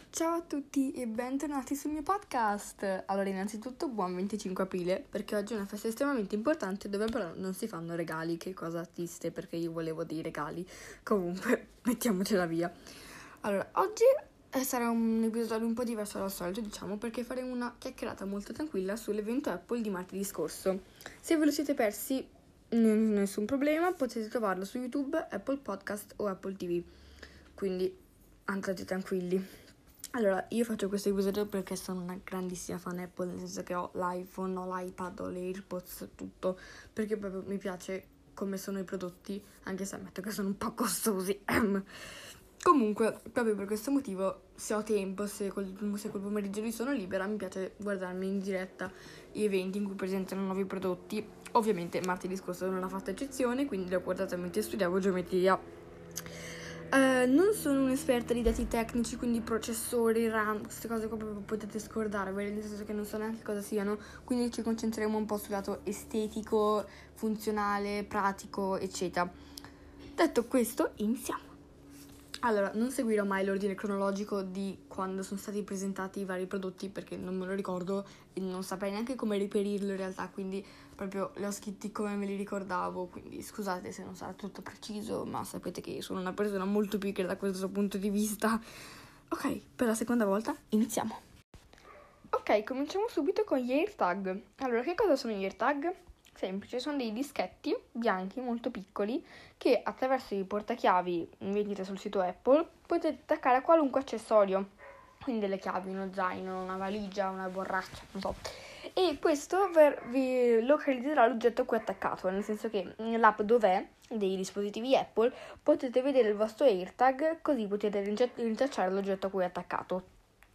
Ciao a tutti e bentornati sul mio podcast. Allora, innanzitutto buon 25 aprile, perché oggi è una festa estremamente importante dove però non si fanno regali. Che cosa triste, perché io volevo dei regali. Comunque, mettiamocela via. Allora, oggi sarà un episodio un po' diverso dal solito, diciamo, perché faremo una chiacchierata molto tranquilla sull'evento Apple di martedì scorso. Se ve lo siete persi, nessun problema, potete trovarlo su YouTube, Apple Podcast o Apple TV. Quindi andate tranquilli. Allora, io faccio questo episodio perché sono una grandissima fan Apple, nel senso che ho l'iPhone, ho l'iPad, ho le AirPods, tutto, perché proprio mi piace come sono i prodotti, anche se ammetto che sono un po' costosi. Comunque, proprio per questo motivo, se ho tempo, se quel pomeriggio lì sono libera, mi piace guardarmi in diretta gli eventi in cui presentano nuovi prodotti. Ovviamente martedì scorso non ha fatto eccezione, quindi l'ho guardata mentre studiavo geometria. Non sono un'esperta di dati tecnici, quindi processori, RAM, queste cose qua proprio potete scordarvele, nel senso che non so neanche cosa siano, quindi ci concentreremo un po' sul lato estetico, funzionale, pratico, eccetera. Detto questo, iniziamo. Allora, non seguirò mai l'ordine cronologico di quando sono stati presentati i vari prodotti perché non me lo ricordo e non saprei neanche come reperirlo in realtà, quindi proprio li ho scritti come me li ricordavo, quindi scusate se non sarà tutto preciso, ma sapete che io sono una persona molto piccola da questo punto di vista. Ok, per la seconda volta iniziamo. Ok, cominciamo subito con gli AirTag. Allora, che cosa sono gli AirTag? Semplice, sono dei dischetti bianchi molto piccoli che attraverso i portachiavi vendite sul sito Apple potete attaccare a qualunque accessorio, quindi delle chiavi, uno zaino, una valigia, una borraccia, non so. E questo vi localizzerà l'oggetto a cui è attaccato, nel senso che nell'app dov'è dei dispositivi Apple potete vedere il vostro AirTag, così potete rintracciare l'oggetto a cui è attaccato.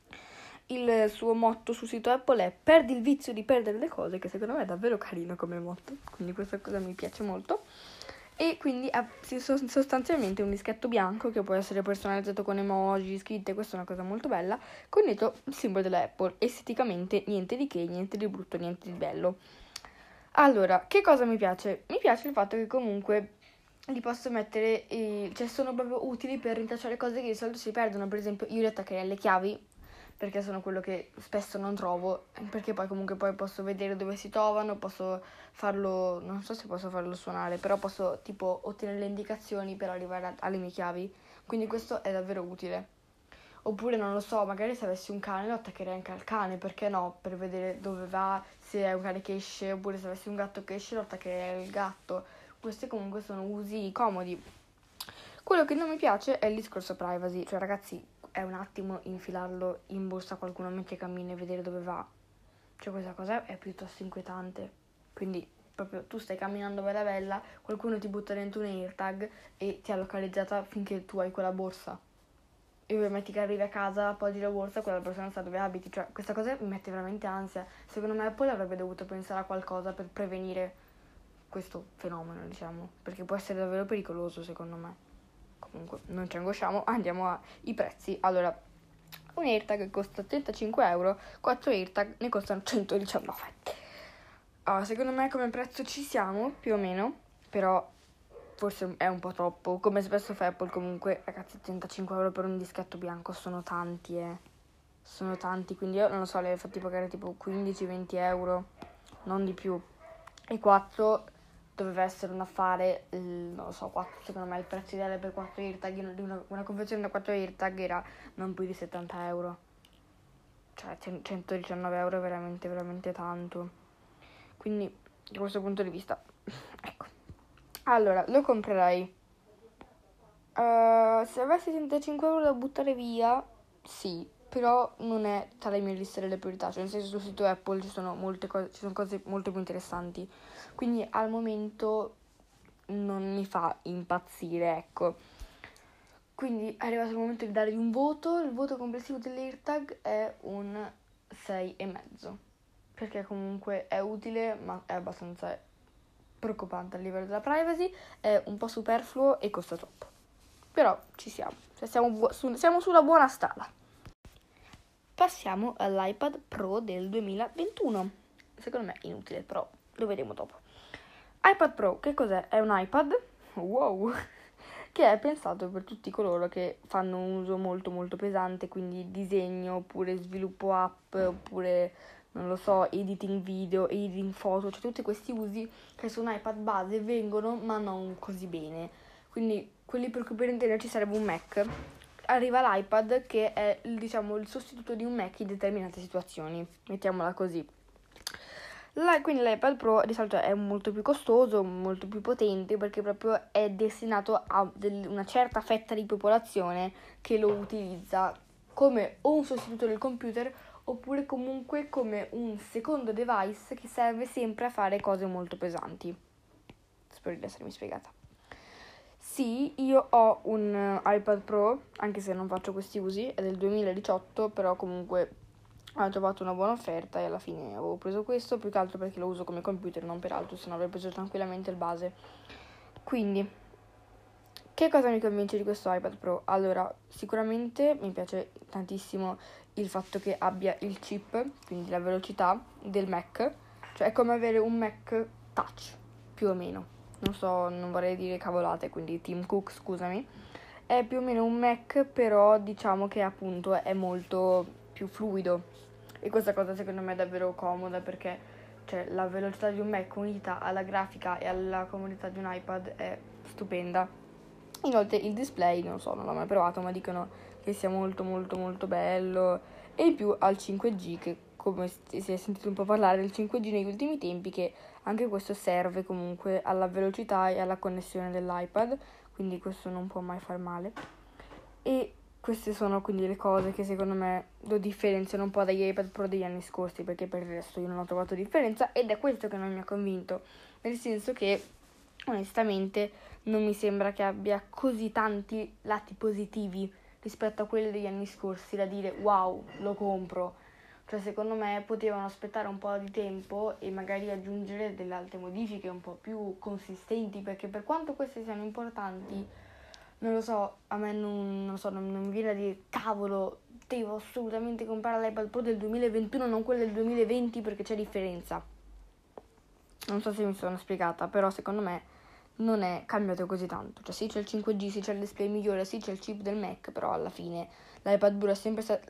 Il suo motto sul sito Apple è perdi il vizio di perdere le cose, che secondo me è davvero carino come motto, quindi questa cosa mi piace molto. E quindi è sostanzialmente un dischetto bianco che può essere personalizzato con emoji, scritte, questa è una cosa molto bella, con dietro il simbolo della Apple. Esteticamente niente di che, niente di brutto, niente di bello. Allora, che cosa mi piace? Mi piace il fatto che comunque li posso mettere, cioè sono proprio utili per rintracciare cose che di solito si perdono. Per esempio io li attaccherei alle chiavi, perché sono quello che spesso non trovo, perché poi comunque poi posso vedere dove si trovano, posso farlo, non so se posso farlo suonare, però posso tipo ottenere le indicazioni per arrivare alle mie chiavi, quindi questo è davvero utile. Oppure non lo so, magari se avessi un cane lo attaccherei anche al cane, perché no? Per vedere dove va, se è un cane che esce, oppure se avessi un gatto che esce lo attaccherei al gatto. Questi comunque sono usi comodi. Quello che non mi piace è il discorso privacy, cioè ragazzi, è un attimo infilarlo in borsa a qualcuno mentre cammina e vedere dove va. Cioè questa cosa è piuttosto inquietante. Quindi proprio tu stai camminando bella bella, qualcuno ti butta dentro un AirTag e ti ha localizzata finché tu hai quella borsa. E metti che arrivi a casa, appoggi la borsa, quella persona non sa dove abiti. Cioè questa cosa mi mette veramente ansia. Secondo me Apple avrebbe dovuto pensare a qualcosa per prevenire questo fenomeno, diciamo, perché può essere davvero pericoloso secondo me. Comunque, non ci angosciamo, andiamo ai prezzi. Allora, un AirTag costa 35 euro, 4 AirTag ne costano 119. Allora, secondo me come prezzo ci siamo, più o meno, però forse è un po' troppo. Come spesso fa Apple comunque, ragazzi, 35 euro per un dischetto bianco sono tanti, Sono tanti, quindi io non lo so, le ho fatti pagare tipo 15-20 euro, non di più. E 4 doveva essere un affare, non lo so, 4, secondo me il prezzo ideale per 4 AirTag, di una confezione da 4 AirTag era non più di 70 euro. Cioè 119 euro è veramente, veramente tanto. Quindi, da questo punto di vista, ecco. Allora, lo comprerei. Se avessi 35 euro da buttare via, sì, però non è tra le mie liste delle priorità. Cioè, nel senso, sul sito Apple ci sono molte cose, ci sono cose molto più interessanti. Quindi al momento non mi fa impazzire, ecco. Quindi è arrivato il momento di dargli un voto. Il voto complessivo dell'AirTag è un 6,5. Perché comunque è utile, ma è abbastanza preoccupante a livello della privacy, è un po' superfluo e costa troppo. Però ci siamo, cioè siamo sulla buona strada. Passiamo all'iPad Pro del 2021. Secondo me è inutile, però lo vedremo dopo. iPad Pro, che cos'è? È un iPad, wow, che è pensato per tutti coloro che fanno un uso molto molto pesante, quindi disegno, oppure sviluppo app, oppure non lo so, editing video, editing foto, cioè tutti questi usi che su un iPad base vengono ma non così bene. Quindi quelli per cui per intenderci sarebbe un Mac. Arriva l'iPad che è diciamo il sostituto di un Mac in determinate situazioni, mettiamola così. Quindi l'iPad Pro di solito è molto più costoso, molto più potente perché proprio è destinato a una certa fetta di popolazione che lo utilizza come o un sostituto del computer oppure comunque come un secondo device che serve sempre a fare cose molto pesanti. Spero di essermi spiegata. Sì, io ho un iPad Pro, anche se non faccio questi usi, è del 2018, però comunque ho trovato una buona offerta e alla fine avevo preso questo, più che altro perché lo uso come computer, non per altro, se no avrei preso tranquillamente il base. Quindi, che cosa mi convince di questo iPad Pro? Allora, sicuramente mi piace tantissimo il fatto che abbia il chip, quindi la velocità del Mac, cioè è come avere un Mac touch, più o meno. Non so, non vorrei dire cavolate, quindi Tim Cook, scusami. È più o meno un Mac, però diciamo che appunto è molto più fluido. E questa cosa secondo me è davvero comoda perché cioè, la velocità di un Mac unita alla grafica e alla comodità di un iPad è stupenda. Inoltre il display, non so, non l'ho mai provato, ma dicono che sia molto molto molto bello. E in più al 5G, che come si è sentito un po' parlare del 5G negli ultimi tempi, che anche questo serve comunque alla velocità e alla connessione dell'iPad, quindi questo non può mai far male. E queste sono quindi le cose che secondo me lo differenziano un po' dagli iPad Pro degli anni scorsi, perché per il resto io non ho trovato differenza ed è questo che non mi ha convinto, nel senso che onestamente non mi sembra che abbia così tanti lati positivi rispetto a quelli degli anni scorsi da dire wow, lo compro. Cioè secondo me potevano aspettare un po' di tempo e magari aggiungere delle altre modifiche un po' più consistenti, perché per quanto queste siano importanti, non lo so, a me non mi viene a dire cavolo, devo assolutamente comprare l'iPad Pro del 2021, non quello del 2020 perché c'è differenza. Non so se mi sono spiegata, però secondo me non è cambiato così tanto. Cioè sì c'è il 5G, sì c'è il display migliore, sì c'è il chip del Mac, però alla fine l'iPad Pro è sempre stato...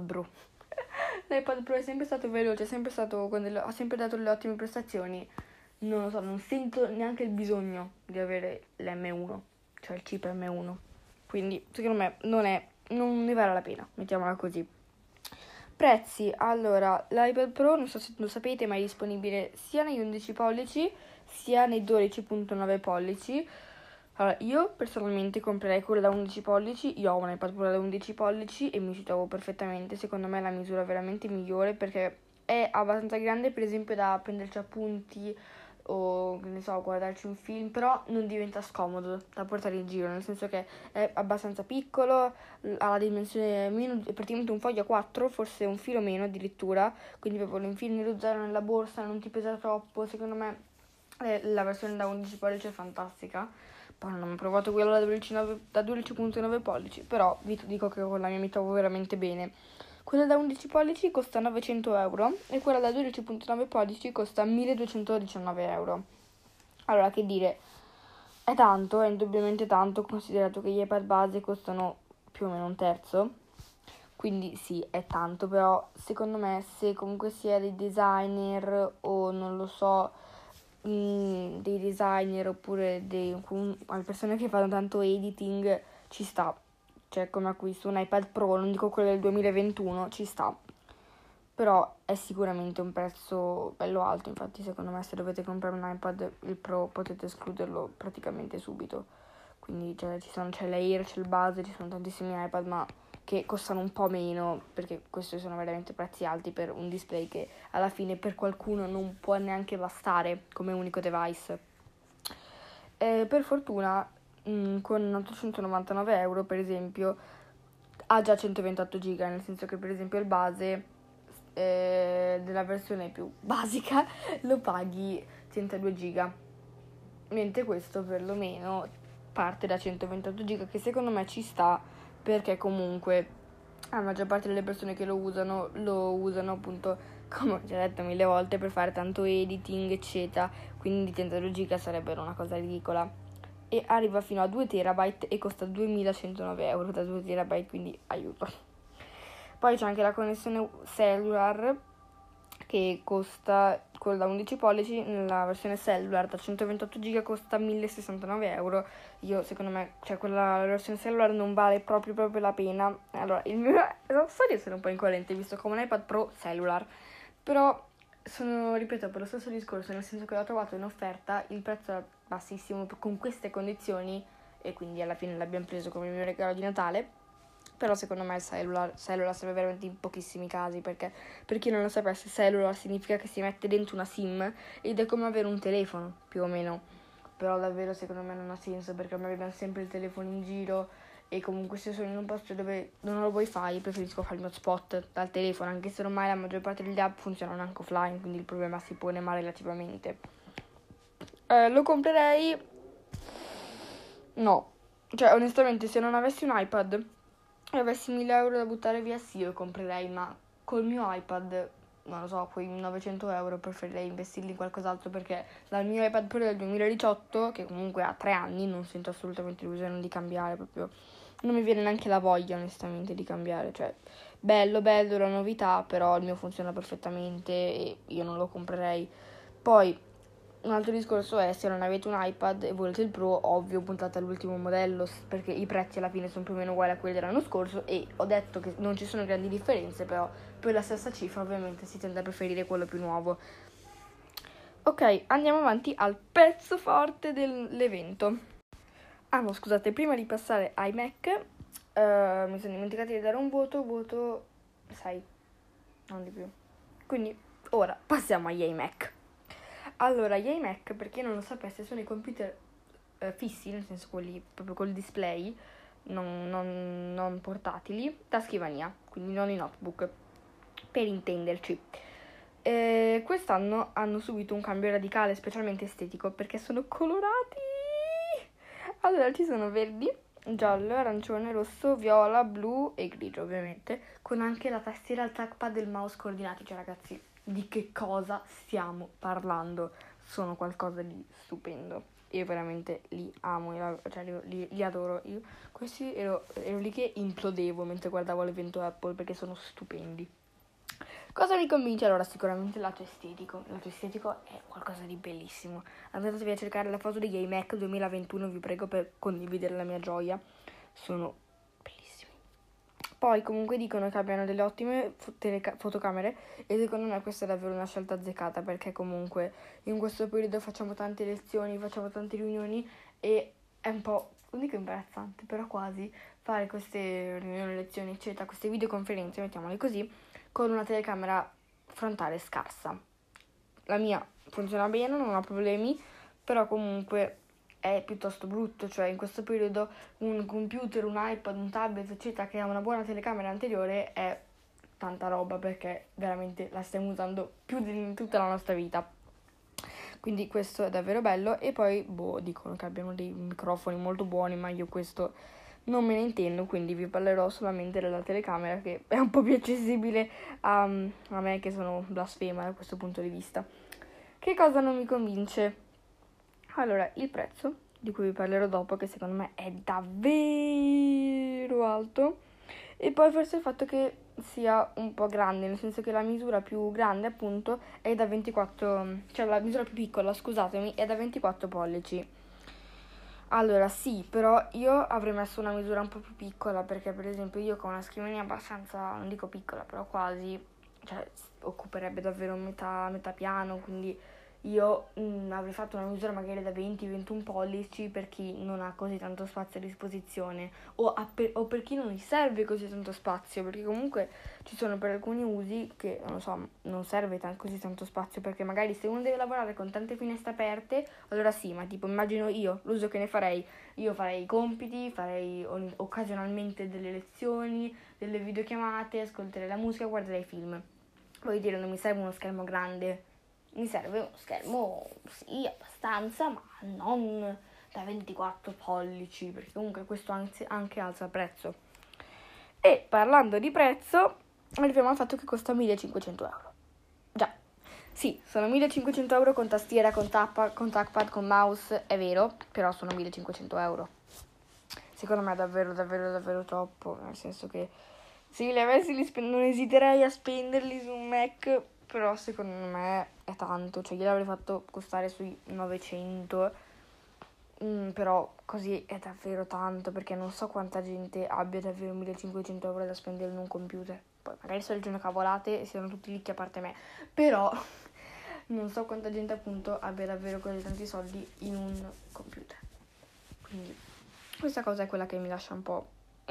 l'iPad Pro è sempre stato veloce, è sempre stato ha sempre dato le ottime prestazioni. Non lo so, non sento neanche il bisogno di avere l'M1, cioè il chip M1. Quindi secondo me non ne vale la pena, mettiamola così. Prezzi, allora, l'iPad Pro, non so se lo sapete, ma è disponibile sia negli 11 pollici sia nei 12.9 pollici. Allora, io personalmente comprerei quello da 11 pollici, io ho un iPad Pro da 11 pollici e mi ci trovo perfettamente, secondo me è la misura veramente migliore perché è abbastanza grande per esempio da prenderci appunti o che ne so, guardarci un film, però non diventa scomodo da portare in giro, nel senso che è abbastanza piccolo, ha la dimensione meno, è praticamente un foglio A4, forse un filo meno addirittura, quindi proprio lo infili nello zaino, nella borsa, non ti pesa troppo, secondo me la versione da 11 pollici è fantastica. Poi non ho provato quella da 12.9 pollici, però vi dico che con la mia mi trovo veramente bene. Quella da 11 pollici costa 900 euro e quella da 12.9 pollici costa 1219 euro. Allora, che dire, è tanto, è indubbiamente tanto, considerato che gli iPad base costano più o meno un terzo. Quindi sì, è tanto, però secondo me se comunque si è dei designer o non lo so, dei designer oppure persone che fanno tanto editing, ci sta. Cioè come acquisto un iPad Pro, non dico quello del 2021, ci sta. Però è sicuramente un prezzo bello alto, infatti secondo me se dovete comprare un iPad il Pro potete escluderlo praticamente subito. Quindi c'è l'Air, c'è il base, ci sono tantissimi iPad ma che costano un po' meno perché questi sono veramente prezzi alti per un display che alla fine per qualcuno non può neanche bastare come unico device. Per fortuna con 899 euro per esempio ha già 128 giga, nel senso che per esempio il base della versione più basica lo paghi 102 giga, mentre questo perlomeno parte da 128 giga che secondo me ci sta perché comunque la maggior parte delle persone che lo usano appunto, come ho già detto 1000 volte, per fare tanto editing eccetera, quindi 102 giga sarebbero una cosa ridicola. e arriva fino a 2 terabyte e costa 2109 euro da 2 terabyte, quindi aiuto. Poi c'è anche la connessione cellular che costa, quella da 11 pollici, nella versione cellular da 128 giga costa 1069 euro. Secondo me, cioè la versione cellular non vale proprio la pena. Allora, so di essere un po' incoerente visto come un iPad Pro cellular, però ripeto, per lo stesso discorso, nel senso che l'ho trovato in offerta, il prezzo è bassissimo con queste condizioni e quindi alla fine l'abbiamo preso come il mio regalo di Natale. Però secondo me il cellular serve veramente in pochissimi casi, perché per chi non lo sapesse, cellular significa che si mette dentro una SIM ed è come avere un telefono, più o meno. Però davvero secondo me non ha senso, perché ormai abbiamo sempre il telefono in giro e comunque se sono in un posto dove non ho il wifi preferisco fare il hotspot dal telefono, anche se ormai la maggior parte degli app funzionano anche offline, quindi il problema si pone ma relativamente. Lo comprerei? No. Cioè onestamente se non avessi un iPad e avessi 1000 euro da buttare via, sì, lo comprerei, ma col mio iPad, non lo so, quei 900 euro preferirei investirli in qualcos'altro, perché dal mio iPad Pro del 2018, che comunque ha 3 anni, non sento assolutamente l'illusione di cambiare, proprio non mi viene neanche la voglia onestamente di cambiare, cioè bello la novità, però il mio funziona perfettamente e io non lo comprerei. Poi un altro discorso è, se non avete un iPad e volete il Pro, ovvio, puntate all'ultimo modello, perché i prezzi alla fine sono più o meno uguali a quelli dell'anno scorso e ho detto che non ci sono grandi differenze, però per la stessa cifra ovviamente si tende a preferire quello più nuovo. Ok, andiamo avanti al pezzo forte dell'evento. Ah no, scusate, prima di passare ai Mac, mi sono dimenticata di dare un voto 6, non di più. Quindi ora passiamo agli iMac. Allora, gli iMac, per chi non lo sapesse, sono i computer fissi, nel senso quelli proprio col display, non portatili, da scrivania, quindi non i notebook, per intenderci. Quest'anno hanno subito un cambio radicale, specialmente estetico, perché sono colorati. Allora, ci sono verdi, giallo, arancione, rosso, viola, blu e grigio, ovviamente, con anche la tastiera al trackpad e il mouse coordinati. Cioè, ragazzi, di che cosa stiamo parlando? Sono qualcosa di stupendo. Io veramente li amo, li adoro. Io questi ero lì che implodevo mentre guardavo l'evento Apple, perché sono stupendi. Cosa mi convince? Allora, sicuramente il lato estetico. Il lato estetico è qualcosa di bellissimo. Andatevi a cercare la foto degli iMac 2021, vi prego, per condividere la mia gioia. Sono bellissimi. Poi comunque dicono che abbiano delle ottime fotocamere e secondo me questa è davvero una scelta azzeccata, perché comunque in questo periodo facciamo tante lezioni, facciamo tante riunioni e è un po', non dico imbarazzante, però quasi, fare queste riunioni, lezioni, eccetera, queste videoconferenze, mettiamole così, con una telecamera frontale scarsa. La mia funziona bene, non ha problemi, però comunque è piuttosto brutto, cioè in questo periodo un computer, un iPad, un tablet, eccetera, che ha una buona telecamera anteriore è tanta roba, perché veramente la stiamo usando più di tutta la nostra vita. Quindi questo è davvero bello. E poi, dicono che abbiano dei microfoni molto buoni, ma io questo non me ne intendo, quindi vi parlerò solamente della telecamera, che è un po' più accessibile a me, che sono blasfema da questo punto di vista. Che cosa non mi convince? Allora, il prezzo, di cui vi parlerò dopo, che secondo me è davvero alto, e poi forse il fatto che sia un po' grande, nel senso che la misura più grande appunto è da 24, cioè la misura più piccola, scusatemi, è da 24 pollici. Allora sì, però io avrei messo una misura un po' più piccola, perché per esempio io con una scrivania abbastanza, non dico piccola, però quasi, cioè occuperebbe davvero metà piano, quindi io avrei fatto una misura magari da 20-21 pollici per chi non ha così tanto spazio a disposizione o per chi non gli serve così tanto spazio, perché comunque ci sono per alcuni usi che, non lo so, non serve così tanto spazio, perché magari se uno deve lavorare con tante finestre aperte, allora sì, ma tipo immagino io, l'uso che ne farei, io farei i compiti, farei occasionalmente delle lezioni, delle videochiamate, ascolterei la musica, guarderei film. Voglio dire, non mi serve uno schermo grande. Mi serve uno schermo, sì, abbastanza, ma non da 24 pollici, perché comunque questo anche alza il prezzo. E parlando di prezzo, arriviamo al fatto che costa 1500 euro. Già, Sì, sono 1500 euro con tastiera, con trackpad, con mouse, è vero, però sono 1500 euro. Secondo me è davvero, davvero, davvero troppo, nel senso che se li avessi non esiterei a spenderli su un Mac, però secondo me è tanto, cioè io l'avrei fatto costare sui 900, però così è davvero tanto, perché non so quanta gente abbia davvero 1500 euro da spendere in un computer. Poi magari sto dicendo cavolate e siano tutti ricchi a parte me, però non so quanta gente appunto abbia davvero così tanti soldi in un computer. Quindi questa cosa è quella che mi lascia un po'...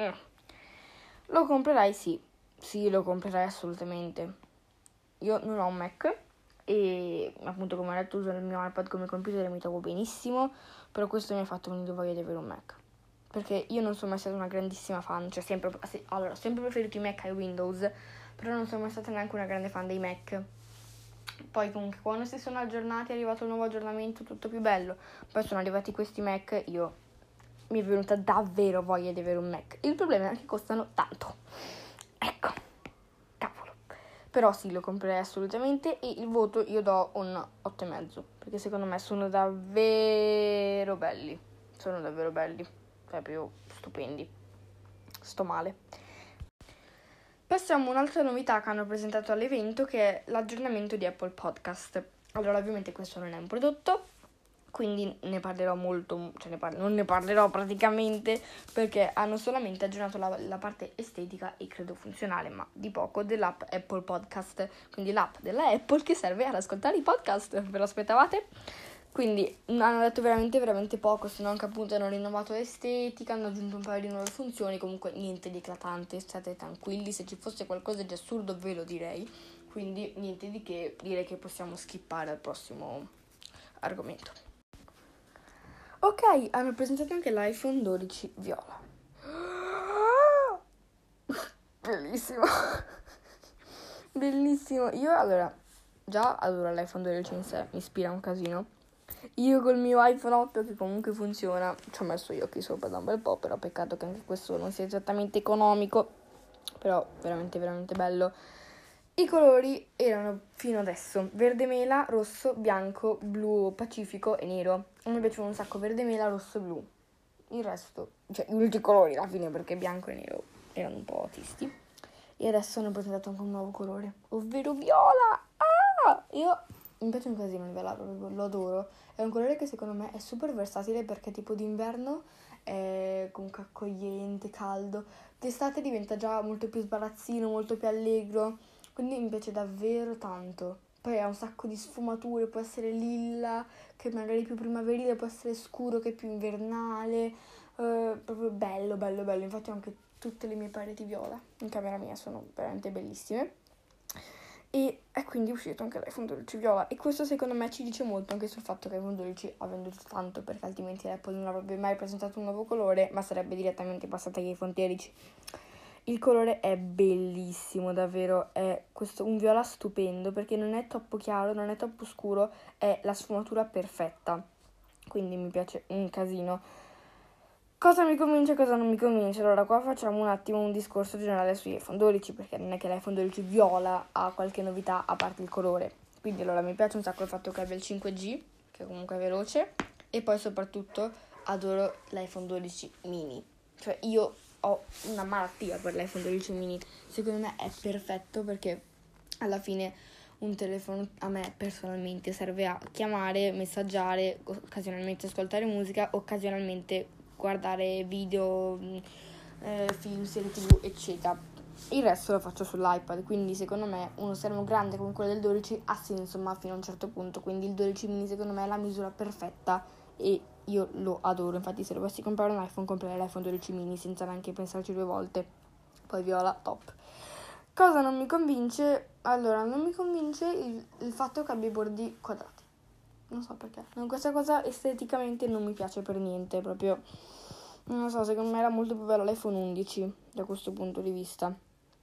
Lo comprerai? Sì, lo comprerei assolutamente. Io non ho un Mac e appunto come ho detto uso il mio iPad come computer e mi trovo benissimo, però questo mi ha fatto venire voglia di avere un Mac. Perché io non sono mai stata una grandissima fan, cioè ho sempre preferito i Mac ai Windows, però non sono mai stata neanche una grande fan dei Mac. Poi comunque quando si sono aggiornati è arrivato un nuovo aggiornamento, tutto più bello. Poi sono arrivati questi Mac, mi è venuta davvero voglia di avere un Mac. Il problema è che costano tanto. Ecco, cavolo. Però sì, lo comprerei assolutamente e il voto io do un 8,5, perché secondo me sono davvero belli. Sono davvero belli, proprio stupendi. Sto male. Passiamo a un'altra novità che hanno presentato all'evento, che è l'aggiornamento di Apple Podcast. Allora, ovviamente questo non è un prodotto, quindi ne parlerò molto, non ne parlerò praticamente, perché hanno solamente aggiornato la parte estetica e credo funzionale, ma di poco, dell'app Apple Podcast, quindi l'app della Apple che serve ad ascoltare i podcast. Ve lo aspettavate? Quindi hanno detto veramente, veramente poco, se non che appunto hanno rinnovato l'estetica, hanno aggiunto un paio di nuove funzioni, comunque niente di eclatante, state tranquilli, se ci fosse qualcosa di assurdo ve lo direi, quindi niente di che, direi che possiamo skippare al prossimo argomento. Ok, hanno presentato anche l'iPhone 12 viola. Bellissimo. Bellissimo. Io allora, già adoro l'iPhone 12 in sé, mi ispira un casino. Io col mio iPhone 8 che comunque funziona, ci ho messo gli occhi sopra da un bel po', però peccato che anche questo non sia esattamente economico, però veramente veramente bello. I colori erano fino adesso verde mela, rosso, bianco, blu pacifico e nero. A me piacevano un sacco verde mela, rosso e blu. Il resto, cioè gli ultimi colori alla fine, perché bianco e nero erano un po' autisti. E adesso hanno presentato anche un nuovo colore, ovvero viola. Mi piace un casino il viola, proprio lo adoro. È un colore che secondo me è super versatile, perché tipo d'inverno è comunque accogliente, caldo. D'estate diventa già molto più sbarazzino, molto più allegro. Quindi mi piace davvero tanto. Poi ha un sacco di sfumature, può essere lilla, che magari è più primaverile, può essere scuro che è più invernale. Proprio bello, bello, bello. Infatti ho anche tutte le mie pareti viola in camera mia, sono veramente bellissime. E è quindi uscito anche l'iPhone 12 viola, e questo secondo me ci dice molto anche sul fatto che l'iPhone 12 ha venduto tanto, perché altrimenti l'Apple non avrebbe mai presentato un nuovo colore, ma sarebbe direttamente passata agli iPhone 13. Il colore è bellissimo, davvero, è un viola stupendo, perché non è troppo chiaro, non è troppo scuro, è la sfumatura perfetta, quindi mi piace un casino. Cosa mi convince e cosa non mi convince? Allora, qua facciamo un attimo un discorso generale su iPhone 12, perché non è che l'iPhone 12 viola ha qualche novità a parte il colore. Quindi allora mi piace un sacco il fatto che abbia il 5G, che comunque è veloce, e poi soprattutto adoro l'iPhone 12 mini. Cioè io ho una malattia per l'iPhone 12 mini, secondo me è perfetto, perché alla fine un telefono a me personalmente serve a chiamare, messaggiare, occasionalmente ascoltare musica, occasionalmente guardare video, film, serie tv, eccetera. Il resto lo faccio sull'iPad, quindi secondo me uno schermo grande come quello del 12 ha senso, ma fino a un certo punto. Quindi il 12 mini secondo me è la misura perfetta e io lo adoro. Infatti se dovessi comprare un iPhone comprerei l'iPhone 12 mini senza neanche pensarci due volte. Poi viola, top. Cosa non mi convince? Allora, non mi convince il fatto che abbia i bordi quadrati. Non so perché. Questa cosa esteticamente non mi piace per niente, proprio. Non so, secondo me era molto più bello l'iPhone 11 da questo punto di vista.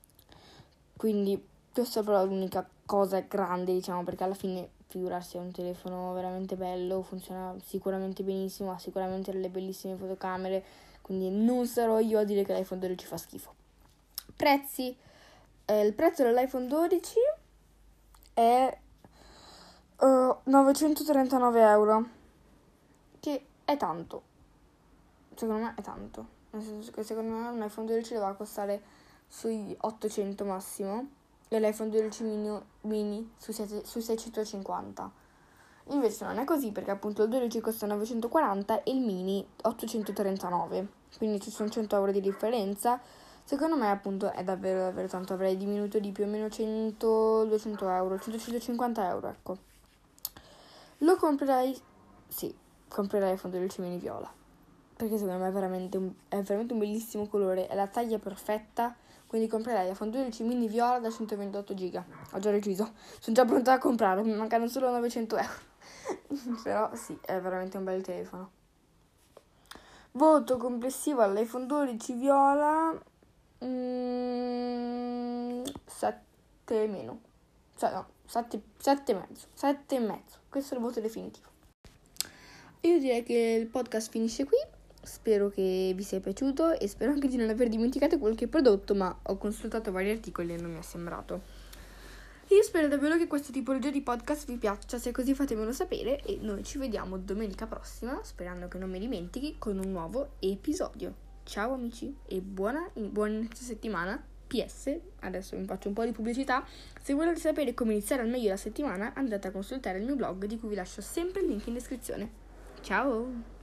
Quindi questa è però l'unica cosa grande, diciamo, perché alla fine figurarsi è un telefono veramente bello, funziona sicuramente benissimo, ha sicuramente delle bellissime fotocamere, quindi non sarò io a dire che l'iPhone 12 fa schifo. Prezzi. Il prezzo dell'iPhone 12 è €939, che è tanto. Secondo me è tanto. Nel senso che secondo me un iPhone 12 doveva costare sui 800 massimo e l'iPhone 12 mini su 650. Invece non è così, perché appunto il 12 costa 940 e il mini 839. Quindi ci sono 100 euro di differenza. Secondo me appunto è davvero davvero tanto. Avrei diminuito di più o meno 100-200 euro, 150 euro, ecco. Lo comprerei, sì, comprerei iPhone 12 mini viola, perché secondo me è veramente un bellissimo colore, è la taglia perfetta, quindi comprerei iPhone 12 mini viola da 128 giga. Ho già deciso, sono già pronta a comprarlo, mi mancano solo 900 euro. Però sì, è veramente un bel telefono. Voto complessivo all'iPhone 12 viola 7 meno. Cioè no, 7 e mezzo. 7 e mezzo. Questo è il voto definitivo. Io direi che il podcast finisce qui. Spero che vi sia piaciuto e spero anche di non aver dimenticato qualche prodotto, ma ho consultato vari articoli e non mi è sembrato. Io spero davvero che questa tipologia di podcast vi piaccia, se è così fatemelo sapere e noi ci vediamo domenica prossima, sperando che non mi dimentichi, con un nuovo episodio. Ciao amici e buona inizio settimana. PS, adesso vi faccio un po' di pubblicità. Se volete sapere come iniziare al meglio la settimana, andate a consultare il mio blog, di cui vi lascio sempre il link in descrizione. Ciao!